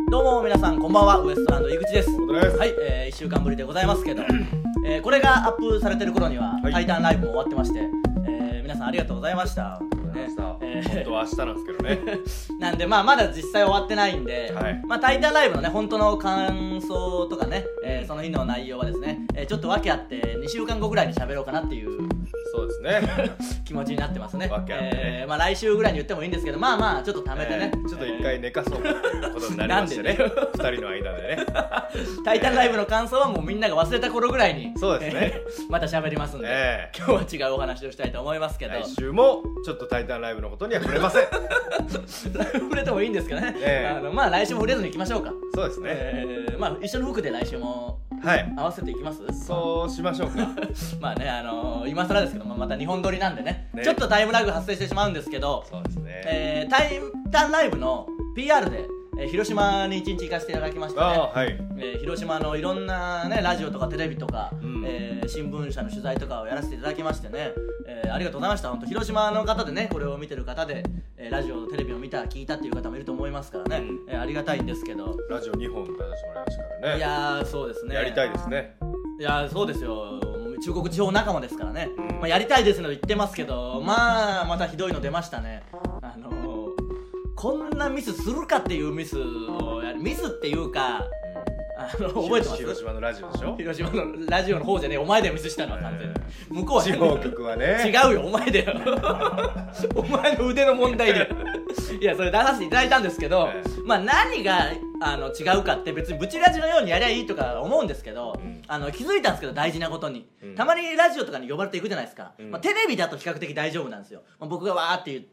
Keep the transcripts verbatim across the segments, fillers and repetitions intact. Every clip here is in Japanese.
どうも皆さんこんばんは、ウエストランド井口です。 です。 はい、えー、いっしゅうかんぶりでございますけど、えー、これがアップされてる頃には、はい、タイタンライブも終わってまして、えー、皆さんありがとうございました。 ね、えー、本当は明日なんですけどねなんでまあまだ実際終わってないんで、はい、まあタイタンライブのね本当の感想とかね、えー、その日の内容はですね、えー、ちょっと訳あってにしゅうかんごぐらいに喋ろうかなっていうそうですね気持ちになってますね。 訳あってね、 えー、まあ来週ぐらいに言ってもいいんですけど、まあまあちょっと貯めてね、 えー、ちょっと一回寝かそうかっていうことになりましてねふたりの間でねタイタンライブの感想はもうみんなが忘れた頃ぐらいにそうですね、 えー、また喋りますんで、えー、今日は違うお話をしたいと思いますけど、 来週もちょっとタイタンライブのことには触れません触れてもいいんですけどね、えー、あのまあ来週も触れずにいきましょうか。 そうですね、 えー、まあ一緒の服で来週も合わせていきます、はい、 そうしましょうかまあね、あのー、今更ですけど、まあ、また日本撮りなんで ね, ねちょっとタイムラグ発生してしまうんですけど、 そうですね、 えー、タイタンライブの ピーアール でえー、広島にいちにち行かせていただきましてね、 はい、 えー、広島のいろんな、ね、ラジオとかテレビとか、うん、えー、新聞社の取材とかをやらせていただきましてね、えー、ありがとうございました。本当広島の方でね、これを見てる方で、えー、ラジオテレビを見た聞いたっていう方もいると思いますからね、うん、えー、ありがたいんですけど、 ラジオにほん出してもらいましたからね。 いやーそうですね、 やりたいですね。 いやーそうですよ、中国地方仲間ですからね、うん、まあ、やりたいですの言ってますけど、まあまたひどいの出ましたね。あのーこんなミスするかっていうミスをやる、ミスっていうか、あの覚えてます？ 広島のラジオでしょ？ 広島のラジオの方じゃねえ、お前でミスしたのは完全に、えー、向こうは、 地方局はね違うよ、お前だよお前の腕の問題でいやそれ出させていただいたんですけど、えー、まあ何があの違うかって別にブチラジのようにやりゃいいとか思うんですけど、うん、あの気づいたんですけど大事なことに、うん、たまにラジオとかに呼ばれていくじゃないですか、うん、まあ、テレビだと比較的大丈夫なんですよ、まあ、僕がわーって言って、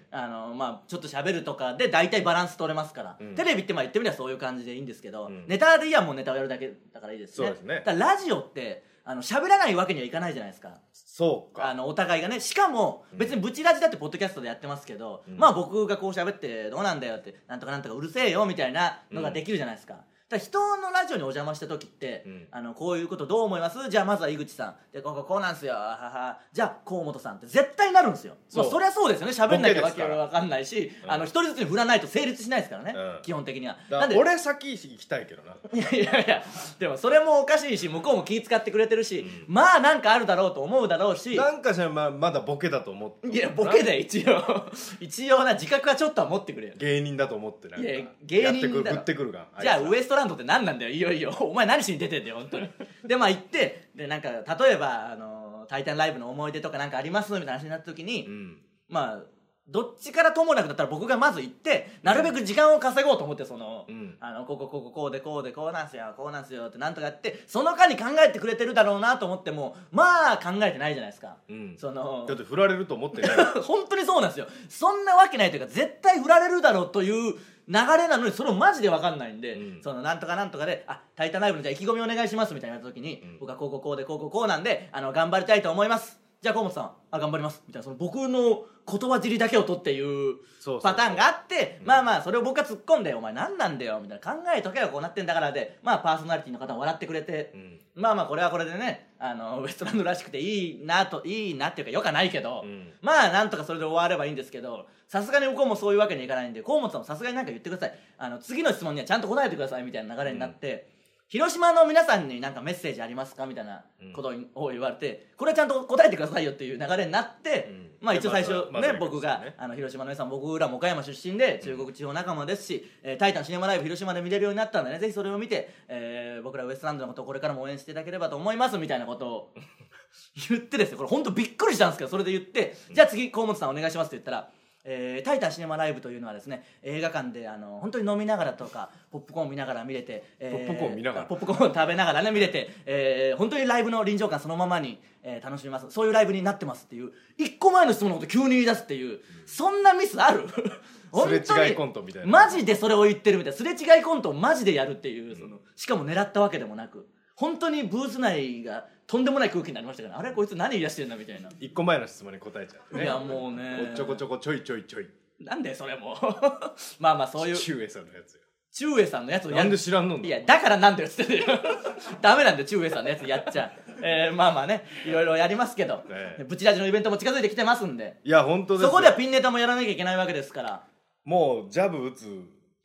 うん、あのまあ、ちょっと喋るとかで大体バランス取れますから、うん、テレビってまあ言ってみればそういう感じでいいんですけど、うん、ネタでいやもうネタをやるだけだからいいですね。 そうですね。 だからラジオってあの喋らないわけにはいかないじゃないですか。 そうか、 あのお互いがね、しかも別にブチラジだってポッドキャストでやってますけど、うん、まあ僕がこう喋ってどうなんだよってなんとかなんとかうるせえよみたいなのができるじゃないですか、うん、だから人のラジオにお邪魔した時って、うん、あのこういうことどう思います？じゃあまずは井口さんで、こここうなんすよ、ははじゃあ河本さんって絶対なるんですよ。そ,、まあ、そりゃそうですよね、喋んなきゃわけわかんないし、うん、あの一人ずつに振らないと成立しないですからね、うん、基本的には。 なんで俺先行きたいけどな。 いやいやいや、でもそれもおかしいし、向こうも気遣ってくれてるし、うん、まあなんかあるだろうと思うだろうし、 なんかじゃまあまだボケだと思って。 いやボケで一応一応な自覚はちょっとは持ってくれよ。 芸人だと思ってなんかいや芸人だろ、 やってくる振ってくるが。 じゃあウエストランドって何なんだよ、いよいよお前何しに出てんだよ本当にでまあ行ってで、なんか例えばあのタイタンライブの思い出とかなんかありますみたいな話になった時に、うん、まあどっちからともなくだったら僕がまず行ってなるべく時間を稼ごうと思って、その、うん、あのこここここうでこうでこうなんすよこうなんすよってなんとかやって、その間に考えてくれてるだろうなと思ってもまあ考えてないじゃないですか、うん、そのだって振られると思ってない本当にそうなんですよ。そんなわけないというか絶対振られるだろうという流れなのにそれをマジで分かんないんで、うん、そのなんとかなんとかであタイタンライブのじゃあ意気込みお願いしますみたいな時に、うん、僕はこうこうこうでこうこうこうなんであの頑張りたいと思います、じゃあ河本さんあ頑張りますみたいな、その僕の言葉尻だけを取っていうパターンがあって、まあまあそれを僕が突っ込んでお前何なんだよみたいな、考えとけばこうなってんだからで、まあパーソナリティの方も笑ってくれて、うん、まあまあこれはこれでね、あのウエストランドらしくていいなといいなっていうかよかないけど、うん、まあなんとかそれで終わればいいんですけど、さすがに向こうもそういうわけにいかないんで、河本さんもさすがに何か言ってください、あの次の質問にはちゃんと答えてくださいみたいな流れになって、うん、広島の皆さんに何かメッセージありますかみたいなことを言われて、これはちゃんと答えてくださいよっていう流れになって、うん、まあ一応最初ね、まあ、僕が、ね、あの広島の皆さん僕らも岡山出身で中国地方仲間ですし、うん、えー、タイタンシネマライブ広島で見れるようになったんでね、ぜひそれを見て、えー、僕らウエストランドのことをこれからも応援していただければと思いますみたいなことを言ってですよ、これ本当びっくりしたんですけど、それで言って、うん、じゃあ次河本さんお願いしますって言ったら、えー、タイタンシネマライブというのはですね、映画館であの本当に飲みながらとかポップコーン見ながら見れて、えー、ポップコーン見ながらポップコーン食べながらね見れて、えー、本当にライブの臨場感そのままに、えー、楽しみます、そういうライブになってますっていういっこまえの質問のこと急に言い出すっていう、うん、そんなミスある本当にすれ違いコントみたいな、 マジでそれを言ってるみたいな、すれ違いコントをマジでやるっていう、うん、そのしかも狙ったわけでもなく、本当にブース内がとんでもない空気になりましたから、あれこいつ何言い出してるんだみたいな、 いっこまえの質問に答えちゃってね。 いやもうねちょこちょこちょいちょいちょいなんでそれもまあまあそういう中英さんのやつよ、 中英さんのやつをやなんで知らんのんだ。 いやだからなんだよっつってダメなんだよ中英さんのやつやっちゃうえー、まあまあねいろいろやりますけど、ね、ブチラジのイベントも近づいてきてますんで、 いや本当ですよ、 そこではピンネタもやらなきゃいけないわけですから、 もうジャブ打つ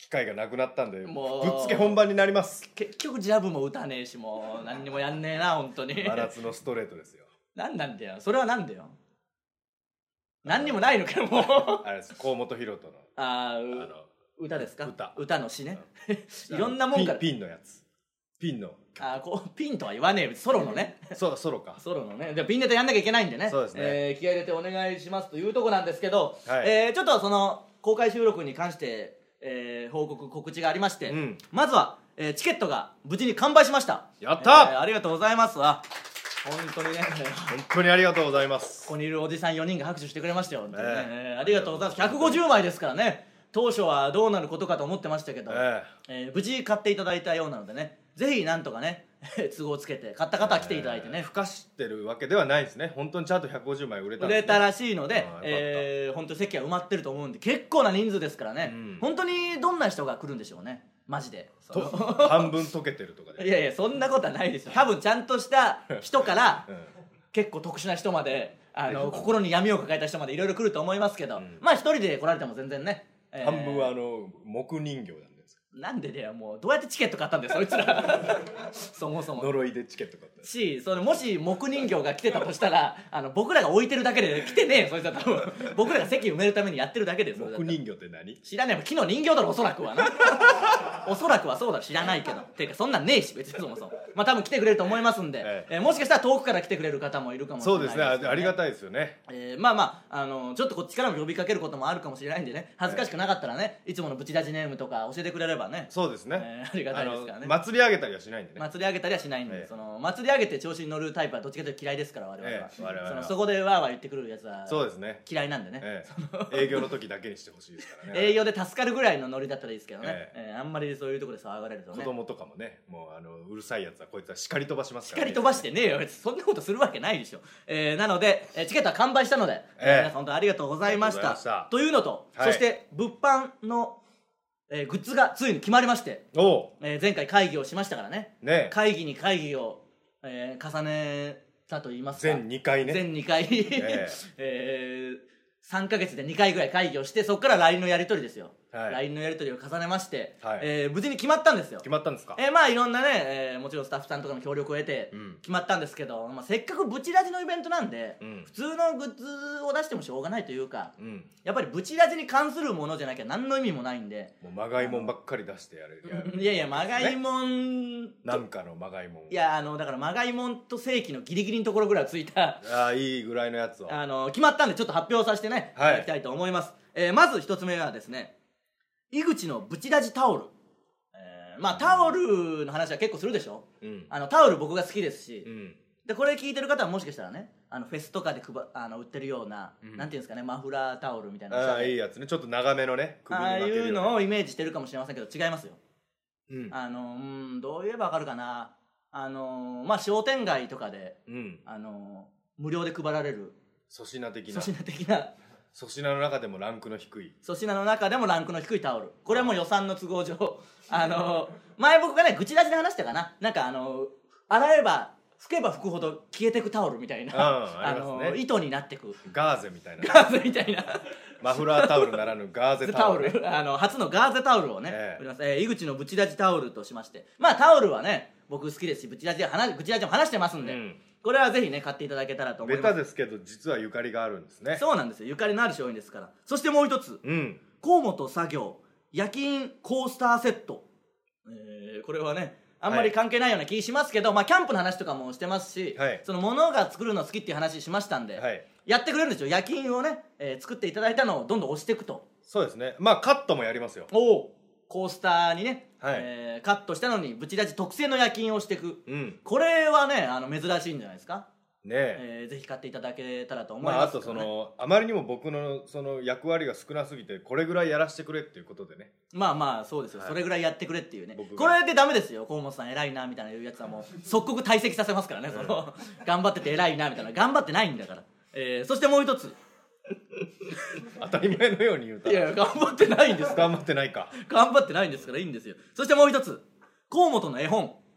機会がなくなったんでもうぶっつけ本番になります。 結局ジャブも打たねえし、もう何にもやんねえな本当に。 真夏のストレートですよ。 なんなんだよそれは。なんだよ何にもないのかよもうあれです、河本大翔のああの歌ですか。 歌歌の詩ねいろんなもんからピン、ピンのやつピンのあこうピンとは言わねえソロのねそうソロかソロのね。でピンネタやんなきゃいけないんでね。 そうですね、 えー、気合い入れてお願いしますというとこなんですけど、 はい、 えー、ちょっとその公開収録に関して、えー、報告告知がありまして、うん、まずは、えー、チケットが無事に完売しました。 やったー、 えー、ありがとうございますわ本当にね本当にありがとうございます。 ここにいるおじさんよにんが拍手してくれましたよ、ねえー、ありがとうございます。ひゃくごじゅうまいですからね。当初はどうなることかと思ってましたけど、えーえー、無事買っていただいたようなのでね、ぜひなんとかね都合つけて買った方は来ていただいてね、 えー、ふかしてるわけではないですね。本当にちゃんとひゃくごじゅうまい売れたんです、ね、 売れたらしいので、えー、本当に席は埋まってると思うんで結構な人数ですからね、うん、本当にどんな人が来るんでしょうねマジで。 と半分溶けてるとかでいやいやそんなことはないですよ。多分ちゃんとした人から、うん結構特殊な人まであの心に闇を抱えた人までいろいろ来ると思いますけど、うん、まあ一人で来られても全然ね、 えー、半分はあの木人形なんです。 なんでだよもうどうやってチケット買ったんだよそいつらそもそも呪いでチケット買ったし、それもし木人形が来てたとしたらあの僕らが置いてるだけで来てねえよそいつは。多分僕らが席埋めるためにやってるだけです。 木人形って何？ 知らない。木の人形だろおそらくはなおそらくはそうだろ知らないけどていうかそんなんねえし別にそもそもまあ多分来てくれると思いますんで、えええー、もしかしたら遠くから来てくれる方もいるかもしれないですね。 そうですね、ありがたいですよね、 えー、まあまあ、あのちょっとこっちからも呼びかけることもあるかもしれないんでね、恥ずかしくなかったらね、いつものブチラジネームとか教えてくれればね。 そうですね、 えー、ありがたいですからね。 祭り上げたりはしないんでね。 祭り上げたりはしないんで、えー、その祭り上げて調子に乗るタイプはどっちかというと嫌いですから我々は、えー、我々は そ, のそこでわーわー言ってくるやつはそうですね嫌いなんでね、 えー、営業の時だけにしてほしいですからね営業で助かるぐらいのノリだったらいいですけどね、えーえー、あんまりそういうところで騒がれるとね、 子供とかもね、もうあのうるさいやつはこいつは叱り飛ばしますから、 ね、叱り飛ばしてねえよそんなことするわけないでしょ、えー、なのでチケットは完売したので、えー、皆さん本当にありがとうございました、したというのと、はい、そして物販のえー、グッズがついに決まりまして、えー、前回会議をしましたからね、ね会議に会議を、えー、重ねたと言いますか全にかいね全にかい、えーえー、さんかげつでにかいぐらい会議をして、そこから ライン のやり取りですよ、はい、ライン のやり取りを重ねまして、はいえー、無事に決まったんですよ。 決まったんですか。 えー、まあいろんなね、えー、もちろんスタッフさんとかの協力を得て決まったんですけど、うんまあ、せっかくブチラジのイベントなんで、うん、普通のグッズを出してもしょうがないというか、うん、やっぱりブチラジに関するものじゃなきゃ何の意味もないんで、 もうまがいもんばっかり出してやるやるいやいやまがいもん、ね、 なんかのまがいもん、 いやあのだからまがいもんと正規のギリギリのところぐらいついたあいいぐらいのやつをあの決まったんでちょっと発表させてね、はい、いただきたいと思います。えー、まず一つ目はですね、井口のブチラジタオル、えー、まあタオルの話は結構するでしょ、うん、あのタオル僕が好きですし、うん、でこれ聞いてる方はもしかしたらね、あのフェスとかでくばあの売ってるような、うん、なんていうんですかね、マフラータオルみたいな、 ああいいやつね、ちょっと長めのね、 首に巻けるような、ああいうのをイメージしてるかもしれませんけど違いますよ、うん、あのうんどう言えばわかるかな、あのまあ商店街とかで、うん、あの無料で配られる粗品的な粗品的な粗品の中でもランクの低い粗品の中でもランクの低いタオル、これはもう予算の都合上あの前僕がね愚痴出しで話したかな、なんかあの洗えば拭けば拭くほど消えてくタオルみたいな、うん、ああの、ね、糸になってくガーゼみたいなガーゼみたいなマフラータオルならぬガーゼタオル、 タオルあの初のガーゼタオルをね、えええー、井口のブチラジタオルとしまして、まあタオルはね僕好きですし、ブチラジは話ブチラジも話してますんで、うん、これはぜひね買っていただけたらと思います。 ベタですけど実はゆかりがあるんですね。 そうなんですよ、ゆかりのある商品ですから。そしてもう一つ、うん、河本作業夜勤コースターセット、えー、これはねあんまり関係ないような気しますけど、はい、まあキャンプの話とかもしてますし、はい、その物が作るの好きっていう話しましたんで、はい、やってくれるんですよ。夜勤をね、えー、作っていただいたのをどんどん押していくと。 そうですね、まあカットもやりますよ。 おお、コースターにね、はいえー、カットしたのにブチラジ特製の夜勤をしていく、うん、これはねあの珍しいんじゃないですかねええー、ぜひ買っていただけたらと思います、 まあ、あとそのあまりにも僕のその役割が少なすぎてこれぐらいやらせてくれっていうことでね、 まあまあそうですよ、はい、それぐらいやってくれっていうね。これでダメですよ、河本さん偉いなみたいな言うやつはもう即刻退席させますからね、その頑張ってて偉いなみたいな、頑張ってないんだから、えー、そしてもう一つ当たり前のように言うたら、 いや頑張ってないんです頑張ってないか頑張ってないんですからいいんですよ。そしてもう一つ、河本の絵本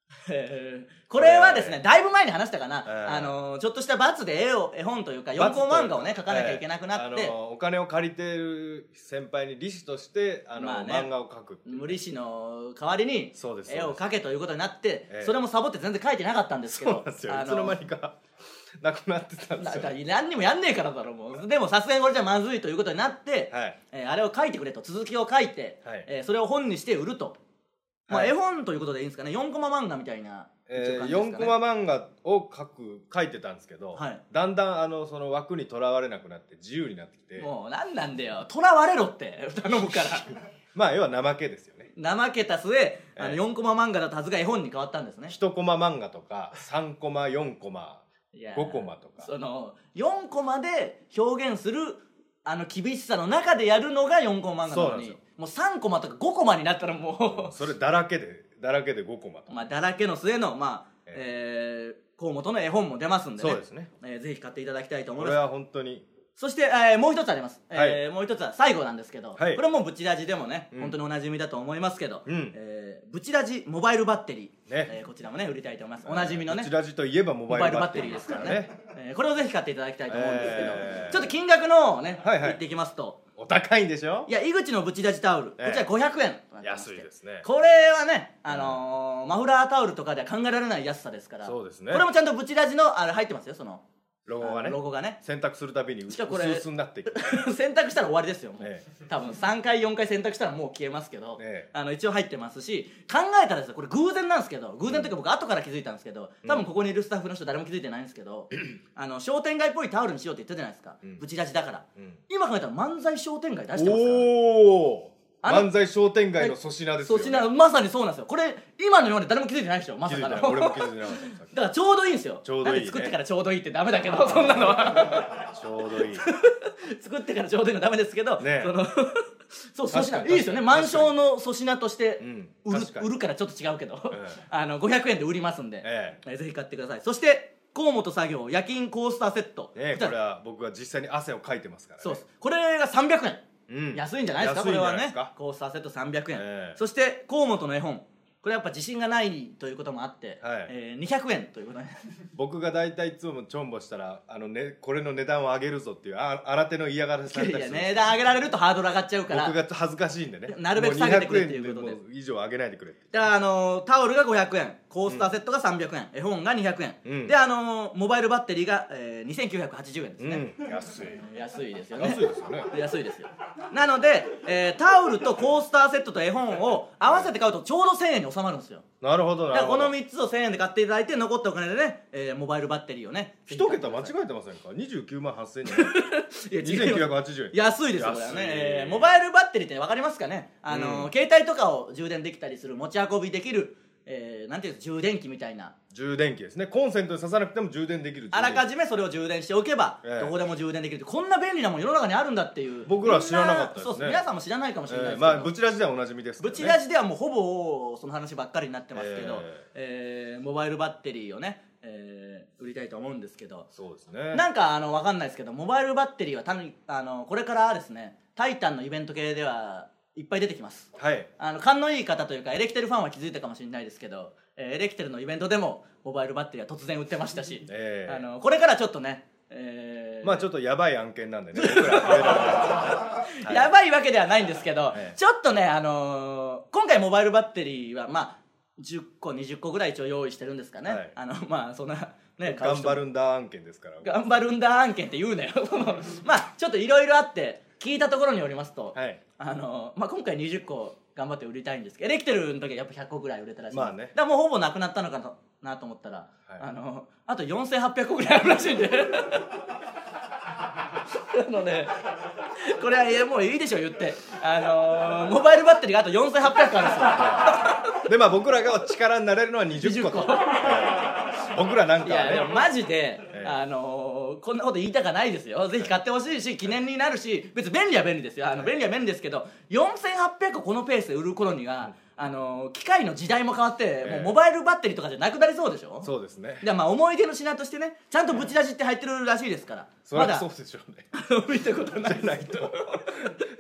えーこれはですね、だいぶ前に話したかな、 えーあのーちょっとした罰で絵を絵本というかよんコマ漫画をね描かなきゃいけなくなって、 えーあのお金を借りてる先輩に利子としてあの、 まあね漫画を描くっていう無利子の代わりにそうです絵を描けということになって、 ええそれもサボって全然描いてなかったんですけど、 そうなんですよ、 あのいつの間にかなくなってたんでなすよ。 何にもやんねえからだろもう。でもさすがにこれじゃまずいということになって、 はいえーあれを書いてくれと、続きを書いて、 はいえーそれを本にして売ると、まあ、 はい絵本ということでいいんですかね、よんコマ漫画みたいなえー、 一応感じですかねよんコマ漫画を書く書いてたんですけど、 はいだんだんあのその枠にとらわれなくなって自由になってきて、 もう何なんだよ、とらわれろって頼むからまあ要は怠けですよね。 怠けた末、あのええよんコマ漫画だったはずが絵本に変わったんですね。 いちコマ漫画とかさんコマよんコマいやごコマとかそのよんコマで表現するあの厳しさの中でやるのがよんコマ漫画なのに、 そうなんですよもうさんコマとかごコマになったらもそれだらけでだらけでごコマとうまあだらけの末のまあえー、河本の絵本も出ますんでね、 そうですね。 えーぜひ買っていただきたいと思これいます。 は本当にそして、えーもう一つあります、 はいえーもう一つは最後なんですけど、 はいこれもブチラジでもね、 うん本当におなじみだと思いますけど、 うんえーブチラジモバイルバッテリー、 ねえーこちらもね売りたいと思います。おなじみのねこちらじといえばモモバイルバッテリーですからね、えーこれをぜひ買っていただきたいと思うんですけど、 えーちょっと金額のをね、 はいはい言っていきますと、 お高いんでしょ。 いや井口のブチラジタオル、 ええこちらごひゃくえんとなってまして安いですね。 これはね、あのーマフラータオルとかでは考えられない安さですから、 そうですねこれもちゃんとブチラジのあれ入ってますよ、そのロゴがねあのロゴがね選択するたびに薄しかもこれ 々になっていく選択したら終わりですよもう、 え多分さんかいよんかい選択したらもう消えますけど、 ええあの一応入ってますし、考えたらですよ、これ偶然なんですけど、偶然というか僕後から気づいたんですけど、多分ここにいるスタッフの人誰も気づいてないんですけど、あの商店街っぽいタオルにしようって言ったじゃないですか、 うんブチラジだから、 うん今考えたら漫才商店街出してますから、 おおあの漫才商店街の粗品ですよ粗ね。 品まさにそうなんですよ。これ今の今まで誰も気づいてないでしょ、ま気づいてさかのない俺も気づいてなかったさっだからちょうどいいんですよ。 ちょうどいいねなんで作ってからちょうどいいってダメだけどそんなのはきちょうどいい作ってからちょうどいいのダメですけど、 ねそのそう粗品確かにいいですよね。満床の粗品としてうん売る,、 確かに売るからちょっと違うけど、 ええあのごひゃくえんで売りますんで、 ええーぜひ買ってください。そして河本作業夜勤コースターセット、 ねこちらこれは僕が実際に汗をかいてますからね。 そうです。これがさんびゃくえん、 うん安いんじゃないですか。 安いんじこれはねゃないですかコースターセットさんびゃくえん、 ええそして河本の絵本、これやっぱ自信がないということもあって、 はいえーにひゃくえんということで僕が大体いつもちょんぼしたらあの、ね、これの値段を上げるぞっていうあ新手の嫌がらせされたいやりするんです値段上げられるとハードル上がっちゃうから、 僕が恥ずかしいんでねなるべく下げてくれっていうことでもにひゃくえんでも以上上げないでくれってだからあのータオルがごひゃくえん、コースターセットがさんびゃくえん、絵本がにひゃくえん、 うんであのーモバイルバッテリーが、えーにせんきゅうひゃくはちじゅうえんですね、 うん安い安いですよね安いですよね安いですよ。なので、えータオルとコースターセットと絵本を合わせて買うとちょうどせんえんに収まるんですよ。 なるほどだからこのなるほどみっつをせんえんで買っていただいて、残ったお金でね、えーモバイルバッテリーをね一桁間違ええてませんかにじゅうきゅうまんはっせんえんじゃないいやにせんきゅうひゃくはちじゅうえん安いですよこれはね、 安いえーモバイルバッテリーって分かりますかね、あのーうん携帯とかを充電できたりする、持ち運びできる、えーなんていうんですか、充電器みたいな、 充電器ですねコンセントに挿さなくても充電できる充電器あらかじめそれを充電しておけば、 ええどこでも充電できるって、こんな便利なもん世の中にあるんだっていう、 僕らは知らなかったですねみんなそう皆さんも知らないかもしれないですけど、 えーまあブチラジではおなじみですけどねブチラジではもうほぼその話ばっかりになってますけど、 ええーモバイルバッテリーをね、えー売りたいと思うんですけど、 そうですねなんかあの分かんないですけど、モバイルバッテリーはたぬあのこれからですね、タイタンのイベント系ではいっぱい出てきます。 はいあの勘のいい方というかエレキテルファンは気づいたかもしれないですけど、えーエレキテルのイベントでもモバイルバッテリーは突然売ってましたし、 ええあのこれからちょっとね、えーまあちょっとやばい案件なんでね僕ら触れられないですやばいわけではないんですけど、 ええちょっとね、あのー今回モバイルバッテリーはまあじゅっこにじゅっこぐらい一応用意してるんですかね、 はいあのまあそんなね買う頑人張るんだ案件ですから頑張るんだ案件って言うなよまあちょっといろいろあって聞いたところによりますと、 はいあのまあ、今回にじゅっこ頑張って売りたいんですけど、エレキテルの時はやっぱひゃっこぐらい売れたらしいんです、 まあねだからもうほぼなくなったのかなと思ったら、 はいあのあとよんせんはっぴゃっこぐらいあるらしいんであのねこれはいやもういいでしょ言って、あのーモバイルバッテリーがあとよんせんはっぴゃっこあるんですよでまあ僕らが力になれるのはにじゅっことにじゅっこえー僕らなんかいやではねもマジで、 ええあのーこんなこと言いたかないですよ。ぜひ買ってほしいし記念になるし、別に便利は便利ですよ。あの便利は便利ですけど、よんせんはっぴゃっここのペースで売る頃には、あのー機械の時代も変わって、 ええもうモバイルバッテリーとかじゃなくなりそうでしょ。 そうですねじゃあまあ思い出の品としてね、ちゃんとブチラジって入ってるらしいですから、 そりゃまだそうでしょうね見たことないじゃないと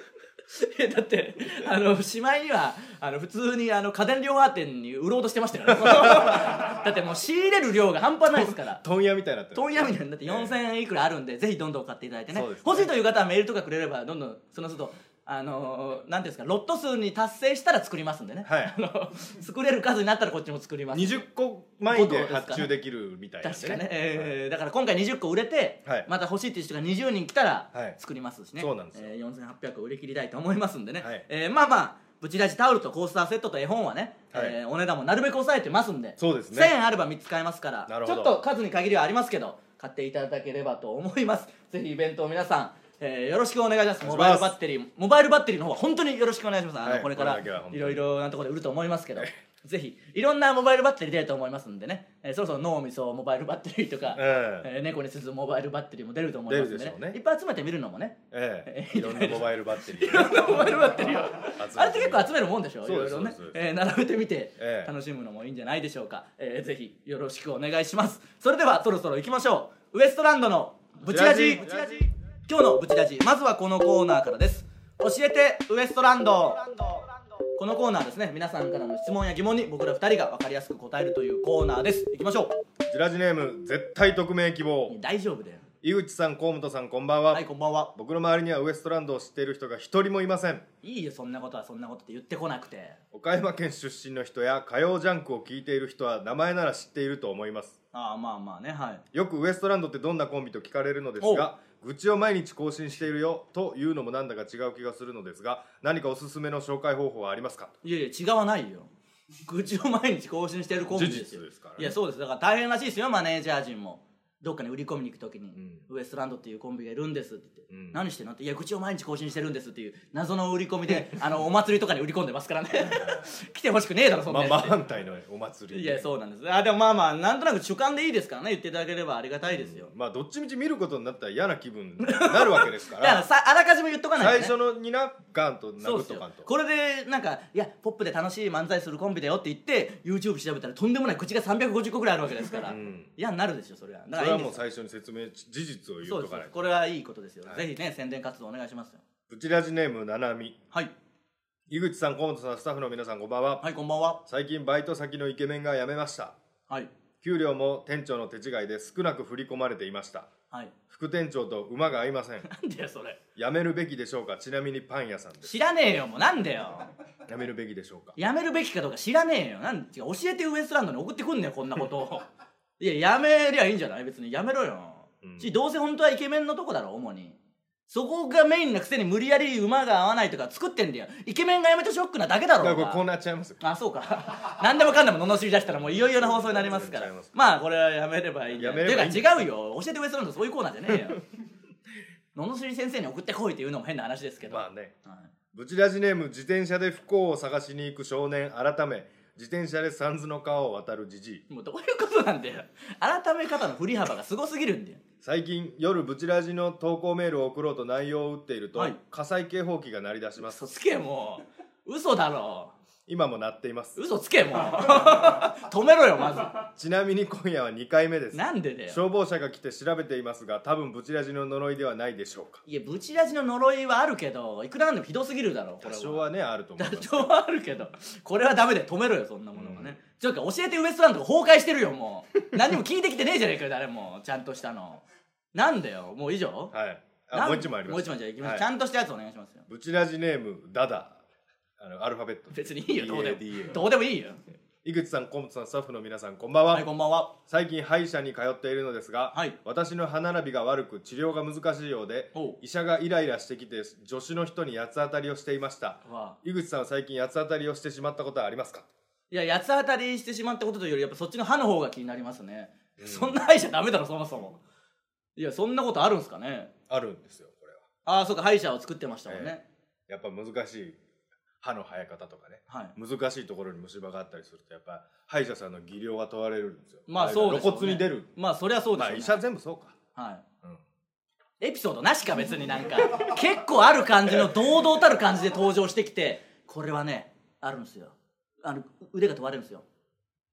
いやだってあのしまいにはあの普通にあの家電量販店に売ろうとしてましたから、ね、だってもう仕入れる量が半端ないですから問屋みたいになってる問屋みたいになってよんせんえんいくらあるんで、えー、ぜひどんどん買っていただいてね、 ね、 欲しいという方はメールとかくれればどんどんその都度あのー、なんていうんですかロット数に達成したら作りますんでね、はい、あの作れる数になったらこっちも作ります。 にじゅっこ前で発注できるみたいな、ね、 確かね、えーはい、だから今回にじゅっこ売れて、はい、また欲しいっていう人がにじゅうにん来たら作りますしね、 はい、そうなんですよ、 えー、よんせんはっぴゃく売り切りたいと思いますんでね、はい、えー、まあまあブチラジタオルとコースターセットと絵本はね、はい、えー、お値段もなるべく抑えてますんで、 そうですね、 せんえんあればみっつ買えますから、ちょっと数に限りはありますけど買っていただければと思います。ぜひイベントを皆さん、えー、よろしくお願いします。モバイルバッテリーモバイルバッテリーの方は本当によろしくお願いします。あの、はい、これからいろいろなところで売ると思いますけど、ぜひいろんなモバイルバッテリー出ると思いますんでね、えー、そろそろ脳みそモバイルバッテリーとか、えーえー、猫に鈴モバイルバッテリーも出ると思いますんで ね, でねいっぱい集めてみるのもね、 えー、いろんなモバイルバッテリーいろんなモバイルバッテリーをあれって結構集めるもんでしょ。いろいろね、えー、並べてみて楽しむのもいいんじゃないでしょうか、えー、ぜひよろしくお願いします。それではそろそろ行きましょう。ウエストランドのブチラジ。今日のブチラジ、まずはこのコーナーからです。教えてウエストランド。このコーナーですね、皆さんからの質問や疑問に僕らふたりが分かりやすく答えるというコーナーです。いきましょう。 ブチラジネーム絶対匿名希望。 大丈夫だよ。 井口さん、河本さん、こんばんは。 はい、こんばんは。 僕の周りにはウエストランドを知っている人が一人もいません。 いいよ、そんなことはそんなことって言ってこなくて。 岡山県出身の人や火曜ジャンクを聞いている人は名前なら知っていると思います。 ああ、まあまあね、はい。 よくウエストランドってどんなコンビと聞かれるのですが、愚痴を毎日更新しているよというのもなんだか違う気がするのですが、何かおすすめの紹介方法はありますか？ いやいや、違わないよ。愚痴を毎日更新しているコンビですよ。 事実ですからね。 いや、そうです。だから大変らしいですよ、マネージャー陣も。どっかに売り込みに行くときに、うん、ウエストランドっていうコンビがいるんですって言って、うん、何してんのって、いや愚痴を毎日更新してるんですっていう謎の売り込みであのお祭りとかに売り込んでますからね来てほしくねえだろそんなやつ、 まあ、真反対のお祭り、 いやそうなんです。あでもまあまあなんとなく主観でいいですからね、言っていただければありがたいですよ、 うん、まあどっちみち見ることになったら嫌な気分になるわけですからだからさあらかじめ言っとかないと、ね、 最初のになガンと殴っとかんと。 これでなんかいやポップで楽しい漫才するコンビだよって言って YouTube 調べたらとんでもない口がさんびゃくごじゅっこぐらいあるわけですから、うん、嫌になるでしょそれは。だからいいんですよ。 それはもう最初に説明事実を言うとかないと。 これはいいことですよ、はい、ぜひね宣伝活動お願いしますよ。 ブチラジネームななみ。 はい。 井口さん、河本さん、スタッフの皆さん、こんばんは。 はい、こんばんは。 最近バイト先のイケメンが辞めました。 はい。 給料も店長の手違いで少なく振り込まれていました。 はい。 副店長と馬が合いません。 なんでよそれ。 辞めるべきでしょうか。ちなみにパン屋さんです。 知らねえよもう。なんでよ。 辞めるべきでしょうか。 辞めるべきかどうか知らねえよ。なん違う、教えてウエストランドに送ってくんねよこんなことをいや辞めりゃいいんじゃない、別に辞めろよ、うん、どうせ本当はイケメンのとこだろ主に。そこがメインなくせに無理やり馬が合わないとか作ってんだよ。イケメンが辞めてショックなだけだろ。 だからこうなっちゃいますよ。 あ、そうか何でもかんでも罵り出したらもういよいよな放送になりますからまあこれはやめればいいんだよ。やめればいいんだよ。てか違うよ、教えてウエストランドそういうコーナーじゃねえよ罵り先生に送ってこいっていうのも変な話ですけど。 まあね、はい、ブチラジネーム自転車で不幸を探しに行く少年改め自転車で三途の川を渡るじじい。 もうどういうことなんだよ改め方の振り幅がすごすぎるんだよ。 最近夜ブチラジの投稿メールを送ろうと内容を打っていると、はい、火災警報器が鳴り出します。 嘘つけもう嘘だろ。 今も鳴っています。 嘘つけもう止めろよまず。 ちなみに今夜はにかいめです。 なんでだよ。 消防車が来て調べていますが多分ブチラジの呪いではないでしょうか。 いやブチラジの呪いはあるけどいくらなんでもひどすぎるだろ。 多少はねあると思います。 多少はあるけどこれはダメで止めろよそんなものはね、うん、ちょっと教えてウエストランドが崩壊してるよもう何も聞いてきてねえじゃねえかよ誰もちゃんとしたの。なんだよもう以上。 はい。あもう一枚あります。 もう一枚じゃあいきます、はい、ちゃんとしたやつお願いしますよ。 ブチラジネームダダ、あのアルファベット。 別にいいよどうでもどうでもいいよ。 井口さん、河本さん、スタッフの皆さんこんばんは。 はいこんばんは。 最近歯医者に通っているのですが、 はい、 私の歯並びが悪く治療が難しいようで医者がイライラしてきて助手の人に八つ当たりをしていました。井口さんは最近八つ当たりをしてしまったことはありますか？ いや八つ当たりしてしまったことというよりやっぱそっちの歯の方が気になりますね、うん、そんな歯医者ダメだろそもそも。いやそんなことあるんすかね。 あるんですよこれは。 ああそうか歯医者を作ってましたもんね、 えー、やっぱ難しい歯の生え方とかね、はい、難しいところに虫歯があったりするとやっぱ歯医者さんの技量が問われるんですよ。 まあそうですよね。 露骨に出る。 まあそりゃそうですよね。 まあ医者全部そうか。 はい、うん、エピソードなしか別になんか結構ある感じの堂々たる感じで登場してきてこれはねあるんですよ。あの腕が問われるんですよ。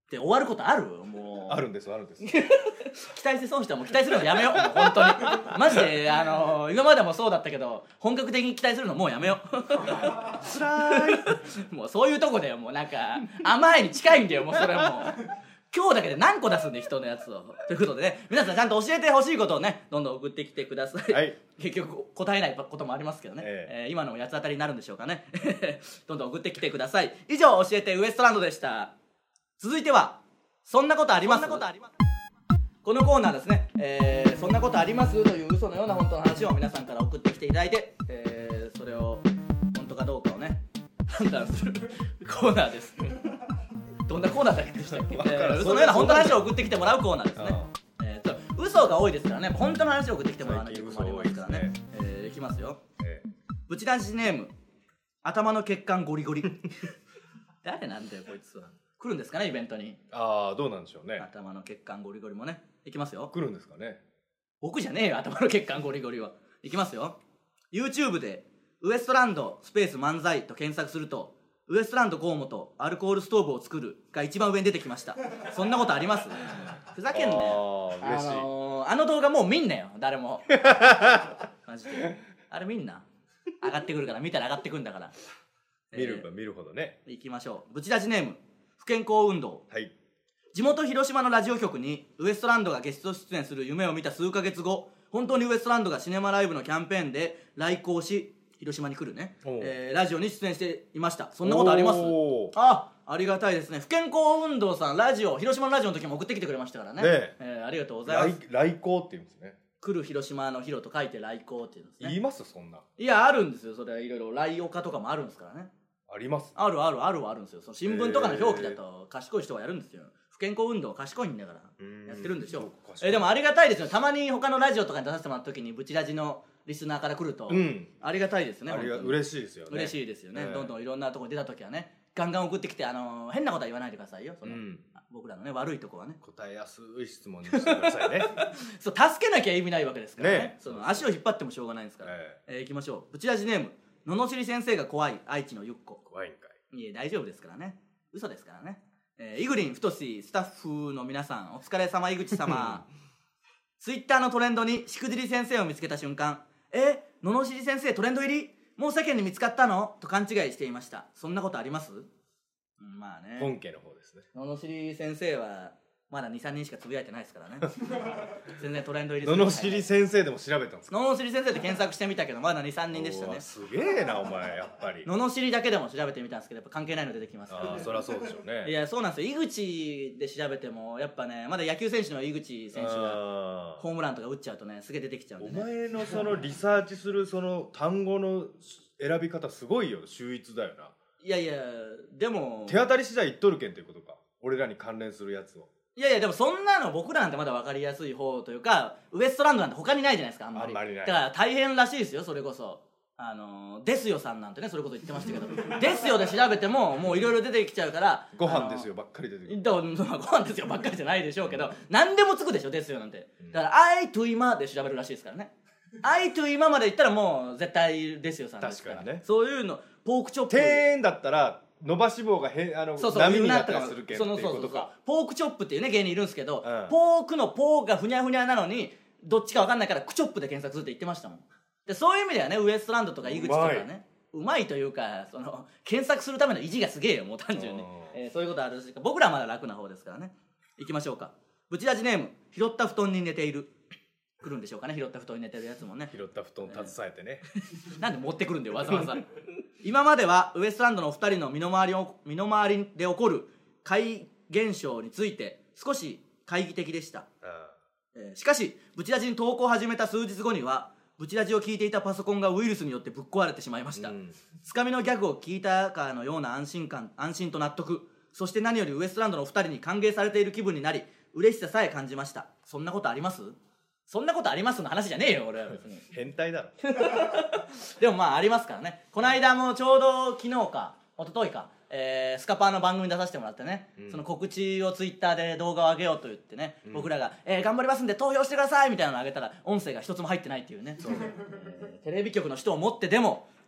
で終わることあるもうあるんですあるんです期待して損したらもう期待するのやめようもう本当にマジであのー、今までもそうだったけど本格的に期待するのもうやめようつらいもうそういうとこだよもうなんか甘いに近いんだよもうそれもう今日だけで何個出すんで人のやつをということでね皆さんちゃんと教えてほしいことをねどんどん送ってきてください、はい、結局答えないこともありますけどね、えええー、今のも八つ当たりになるんでしょうかねどんどん送ってきてください。以上教えてウエストランドでした。続いてはそんなことあります？このコーナーですね、えー、そんなことありますという嘘のような本当の話を皆さんから送ってきていただいて、えー、それを本当かどうかをね判断するコーナーですどんなコーナーだっけでしたっけ、えー、嘘のような本当の話を送ってきてもらうコーナーですね。えー、と嘘が多いですからね本当の話を送ってきてもらわなきゃ困りますからね。えー、いきますよ、えー、ブチ男子ネーム頭の血管ゴリゴリ誰なんだよこいつは。来るんですかねイベントに。 ああどうなんでしょうね。 頭の血管ゴリゴリもねいきますよ。 来るんですかね。 僕じゃねえよ頭の血管ゴリゴリは。いきますよ。 YouTube でウエストランドスペース漫才と検索するとウエストランド河本アルコールストーブを作るが一番上に出てきました。そんなことあります？ふざけんなよ。あ、嬉しい。あのー、あの動画もう見んなよ誰もマジであれ見んな。上がってくるから見たら上がってくるんだから見るか見るほどね。 いきましょう。ブチラジネーム不健康運動、はい、地元広島のラジオ局にウエストランドがゲスト出演する夢を見た数ヶ月後本当にウエストランドがシネマライブのキャンペーンで来航し広島に来るね、えー、ラジオに出演していました。そんなことあります？あありがたいですね。不健康運動さんラジオ広島のラジオの時も送ってきてくれましたからね、ねえー、ありがとうございます。 来航って言うんですね。 来る広島の広と書いて来航って言うんですね。 言いますそんな。 いやあるんですよそれはいろいろ来岡とかもあるんですからね。 あります。 あるあるあるはあるんですよ。その新聞とかの表記だと賢い人がやるんですよ。不健康運動賢いんだからやってるんでしょう。えでもありがたいですよ。たまに他のラジオとかに出させてもらった時にブチラジのリスナーから来ると、うん、ありがたいですね。ありが嬉しいですよね。 嬉しいですよね、えー、どんどんいろんなところに出た時はねガンガン送ってきて、あのー、変なことは言わないでくださいよその、うん、僕らのね悪いとこはね答えやすい質問にしてくださいねそう助けなきゃ意味ないわけですから ね, ねその足を引っ張ってもしょうがないんですから、えーえー、いきましょう。ブチラジネームののしり先生が怖い愛知のゆっこ。 怖いんかい。 いえ大丈夫ですからね嘘ですからね。えー、イグリン太しスタッフの皆さんお疲れ様井口様ツイッターのトレンドにしくじり先生を見つけた瞬間えののしり先生トレンド入りもう世間に見つかったのと勘違いしていました。そんなことあります？うん、まあね本家の方ですね。 ののしり先生はまだ にさんにんしかつぶやいてないですからね全然トレンド入りする。ののしり先生でも調べたんですか？ ののしり先生で検索してみたけどまだ にさんにんでしたね。 すげえなお前やっぱりののしりだけでも調べてみたんですけどやっぱ関係ないの出てきますから、ね、 あそりゃそうでしょうね。 いやそうなんですよ。井口で調べてもやっぱねまだ野球選手の井口選手がホームランとか打っちゃうとねすげえ出てきちゃうんで、ね、 お前のそのリサーチするその単語の選び方すごいよ。秀逸だよな。 いやいやでも手当たり次第言っとるけんということか。俺らに関連するやつを。 いやいやでもそんなの僕らなんてまだ分かりやすい方というかウエストランドなんて他にないじゃないですかあんまり。 あんまりない。 だから大変らしいですよそれこそ。あのですよさんなんてねそれこそ言ってましたけどですよで調べてももういろいろ出てきちゃうからご飯ですよばっかり出てくる。 だからご飯ですよばっかりじゃないでしょうけど、うん、何でもつくでしょですよなんて。だから「I to 今」で調べるらしいですからね。I to 今まで言ったらもう絶対ですよさんですから。確かにね。そういうのポークチョップ庭園だったら伸ばし棒がへあのそうそう波になったりするけんっていうことか。 ポークチョップっていうね芸人いるんですけど、うん、ポークのポーがふにゃふにゃなのにどっちか分かんないからクチョップで検索するって言ってましたもん。でそういう意味ではねウエストランドとか井口とかねうまいというかその検索するための意地がすげえよもう単純に、えー、そういうことあるし僕らはまだ楽な方ですからね。いきましょうか。ブチラジネーム拾った布団に寝ている。来るんでしょうかね拾った布団に寝てるやつもね。 拾った布団携えてね、 えー、なんで持ってくるんだよわざわざ今まではウエストランドのお二人の身の回りを身の回りで起こる怪現象について少し懐疑的でした。えー、しかしブチラジに投稿を始めた数日後にはブチラジを聞いていたパソコンがウイルスによってぶっ壊れてしまいました。つかみのギャグを聞いたかのような安心感安心と納得そして何よりウエストランドのお二人に歓迎されている気分になり嬉しささえ感じました。そんなことあります？そんなことありますの話じゃねえよ俺は別に変態だろでもまあありますからね。この間もちょうど昨日か一昨日か、えー、スカパーの番組に出させてもらってね、うん、その告知をツイッターで動画を上げようと言ってね、うん、僕らが、えー、頑張りますんで投票してくださいみたいなのを上げたら音声が一つも入ってないっていうねえー、テレビ局の人を持ってでも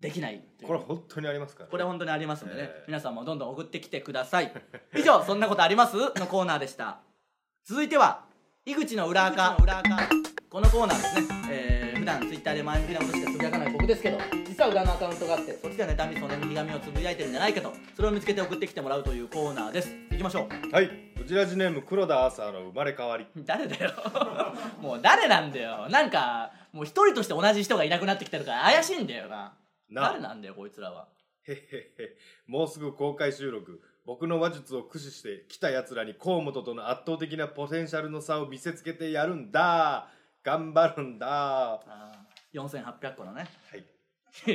できないっていう。 これ本当にありますから、ね、 これ本当にありますんでね、えー、皆さんもどんどん送ってきてください。以上そんなことありますのコーナーでした。続いては井口の裏垢。このコーナーですね、えー、普段ツイッターで前向きなことしかつぶやかない僕ですけど、実は裏のアカウントがあって、そっちでは妬みそねみひがみをつぶやいてるんじゃないかと、それを見つけて送ってきてもらうというコーナーです。いきましょう。 はい、うちらじネーム黒田アーサーの生まれ変わり。 誰だよもう誰なんだよ。なんかもう一人として同じ人がいなくなってきてるから怪しいんだよな。な誰なんだよこいつらは。 へへへ、もうすぐ公開収録。僕の話術を駆使して来たやつらに河本との圧倒的なポテンシャルの差を見せつけてやるんだ。頑張るんだ。 あよんせんはっぴゃっこのね。 はい。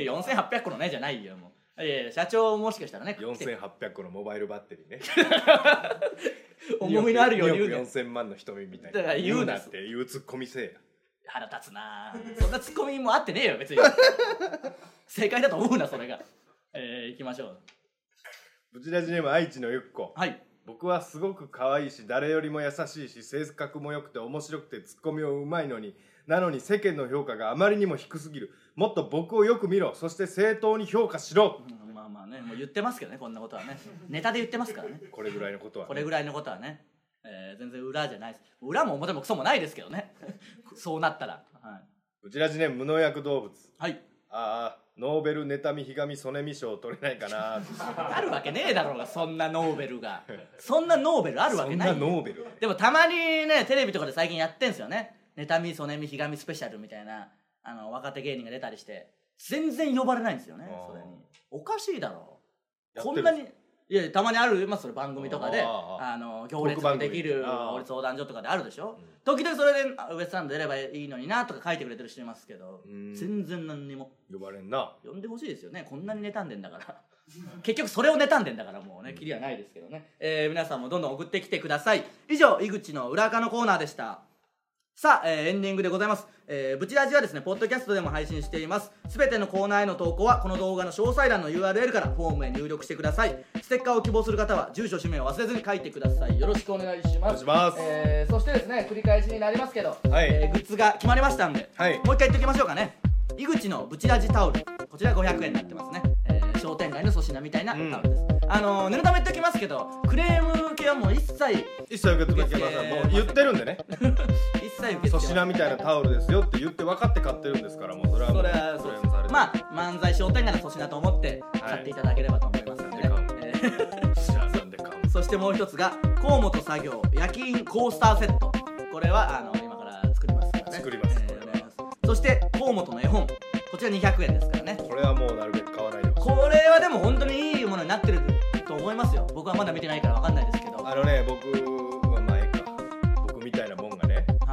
よんせんはっぴゃっこのねじゃないよもう。いやいや社長もしかしたらね。 よんせんはっぴゃっこのモバイルバッテリーね。 重みのあるように言うね。よんせんまんの瞳みたいな。 だから言うなっていうツッコミせえや。 腹立つな。そんなツッコミもあってねえよ別に。正解だと思うなそれが。えー、行きましょう。 ブチラジネーム愛知のゆっこ。 はい。 僕はすごく可愛いし誰よりも優しいし性格も良くて面白くてツッコミをうまいのに、なのに世間の評価があまりにも低すぎる。もっと僕をよく見ろ、そして正当に評価しろ、 うん、まあまあねもう言ってますけどねこんなことはね。ネタで言ってますからね。 これぐらいのことは、ね、 これぐらいのことはね、えー、全然裏じゃないです。裏も表もクソもないですけどねそうなったら、はい、 うちらじネーム無農薬動物。 はい。 ああノーベル妬みひがみソネミ賞取れないかなあるわけねえだろうがそんなノーベルがそんなノーベルあるわけない。 そんなノーベルでもたまにねテレビとかで最近やってんすよね。妬みソネミひがみスペシャルみたいなあの若手芸人が出たりして全然呼ばれないんですよね。それにおかしいだろこんなに。いやたまにあるますそれ番組とかであの行列ができる法律相談所とかであるでしょ、うん、時々それでウエストランド出ればいいのになとか書いてくれてる人いますけど、全然何にも呼ばれんな。 呼んでほしいですよね。こんなに妬んでんだから結局それを妬んでんだからもうねキリはないですけどね、えー、皆さんもどんどん送ってきてください。以上井口の裏垢のコーナーでした。さあ、えー、エンディングでございます。えー、ブチラジはですねポッドキャストでも配信しています。すべてのコーナーへの投稿はこの動画の詳細欄の ユーアールエル からフォームへ入力してください。ステッカーを希望する方は住所氏名を忘れずに書いてください。よろしくお願いします。お願いします。 えー、そしてですね繰り返しになりますけど、 はい、 えー、グッズが決まりましたんで、はい、もう一回言っておきましょうかね。井口のブチラジタオル、こちらごひゃくえんになってますね。えー、商店街の粗品みたいなタオルです、うん、あのー、念のため言っておきますけどクレーム系はもう一切一切受け付けません。もう言ってるんでね一切受け付け粗品みたいなタオルですよって言って分かって買ってるんですから、もうそれはもうそれはそうです。まあ漫才商店街の粗品と思って買っていただければと思いますのでね、はい、えー、そしてもう一つが河本作業焼き印コースターセット、これはあの今から作りますからね。 作ります、 えー、これはそして河本の絵本、こちらにひゃくえんですからね。 これはもうなるべく買わないでほしい。 これはでも本当にいいものになってると思いますよ。僕はまだ見てないから分かんないですけど、 あのね僕は前か僕みたいなもんがね、はい、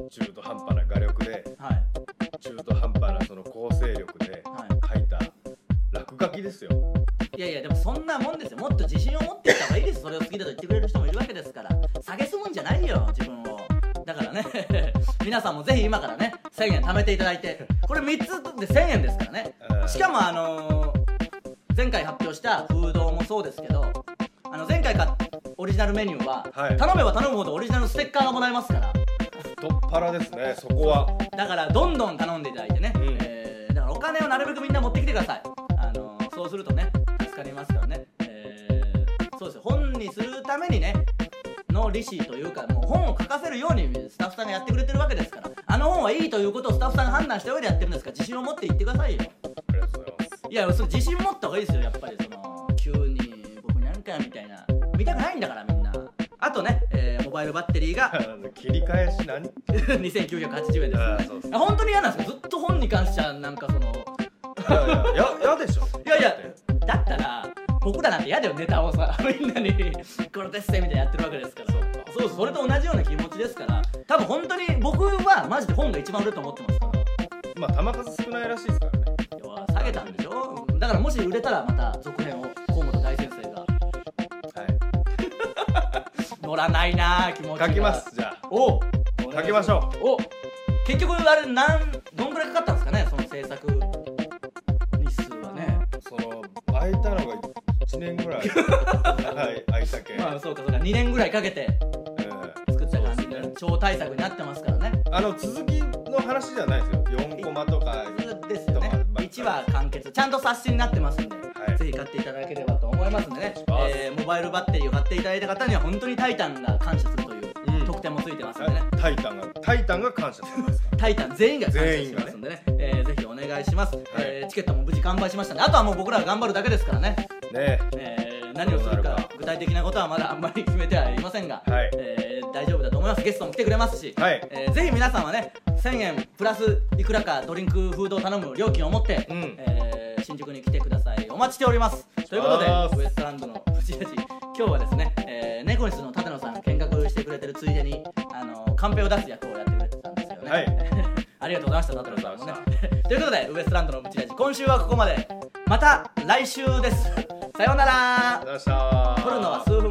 中途半端な画力で、はい、中途半端なその構成力で書いた落書きですよ。 いやいやでもそんなもんですよ。もっと自信を持っていった方がいいです。それを好きだと言ってくれる人もいるわけですから、蔑むんじゃないよ自分を。だからね皆さんもぜひ今からねせんえん貯めていただいて、これみっつでせんえんですからね。しかもあのー、前回発表したフードもそうですけど、あの前回買ったオリジナルメニューは、はい、頼めば頼むほどオリジナルステッカーがもらえますから。 太っ腹ですねそこは。 だからどんどん頼んでいただいてね、うん、えー、だからお金をなるべくみんな持ってきてください。あのー、そうするとね助かりますからね、えー、そうですよ。本にするためにねの利子というか、もう本を書かせるようにスタッフさんがやってくれてるわけですから、あの本はいいということをスタッフさんが判断した上でやってるんですから、自信を持って言ってくださいよ。 ありがとうございます。 いやそれ自信持った方がいいですよ。やっぱりその急に僕なんかみたいな見たくないんだからみんな。あとね、えー、モバイルバッテリーが切り返し何にせんきゅうひゃくはちじゅうえんですよね。そうそう、本当に嫌なんですよ。ずっと本に関してはなんかそのいやいややでしょ。 いやいやだったら僕らなんて嫌だよ、ネタをさみんなにこれですみたいなやってるわけですから。そうそう、それと同じような気持ちですから、多分本当に僕はマジで本が一番売れると思ってますから。 まあ球数少ないらしいですからね。 下げたんでしょ。だからもし売れたらまた続編を河本大先生がはい乗らないな気持ちが。 書きますじゃあ。 お書きましょう。 お結局あれなんどんぐらいかかったんですかね、その制作日数はね。 その空いたのがいちねんぐらいはい空いたけまあそうかそうかにねんぐらいかけて作った感じで、ね、超大作になってますからね。 あの続きの話じゃないですよ。よんコマとかですよね。 まあ、 いちわ完結、ちゃんと冊子になってますんで、はい、ぜひ買っていただければと思いますんでね、えー、モバイルバッテリーを買っていただいた方には本当にタイタンが感謝するという特典もついてますんでね、 うん、タイタンがタイタンが感謝するんですか？ タイタン全員が感謝しますんでね、えー、ぜひお願いします、はい、えー、チケットも無事完売しましたんで、あとはもう僕らが頑張るだけですからね。 ねえー、何をするか具体的なことはまだあんまり決めてはいませんが、はい、えー、大丈夫だと思います。ゲストも来てくれますし、はい、えー、ぜひ皆さんはねせんえんプラスいくらかドリンクフードを頼む料金を持って、うん、えー、新宿に来てください。お待ちしております。ということでウエストランドのプチラジ、今日はですね、えー、ネコニスの舘野さん見学してくれてるついでにあのカンペを出す役をやってくれてたんですよね、はい、ありがとうございました舘野さんもねということでウエストランドのプチラジ、今週はここまで。また来週です。さようなら。 撮るのは数分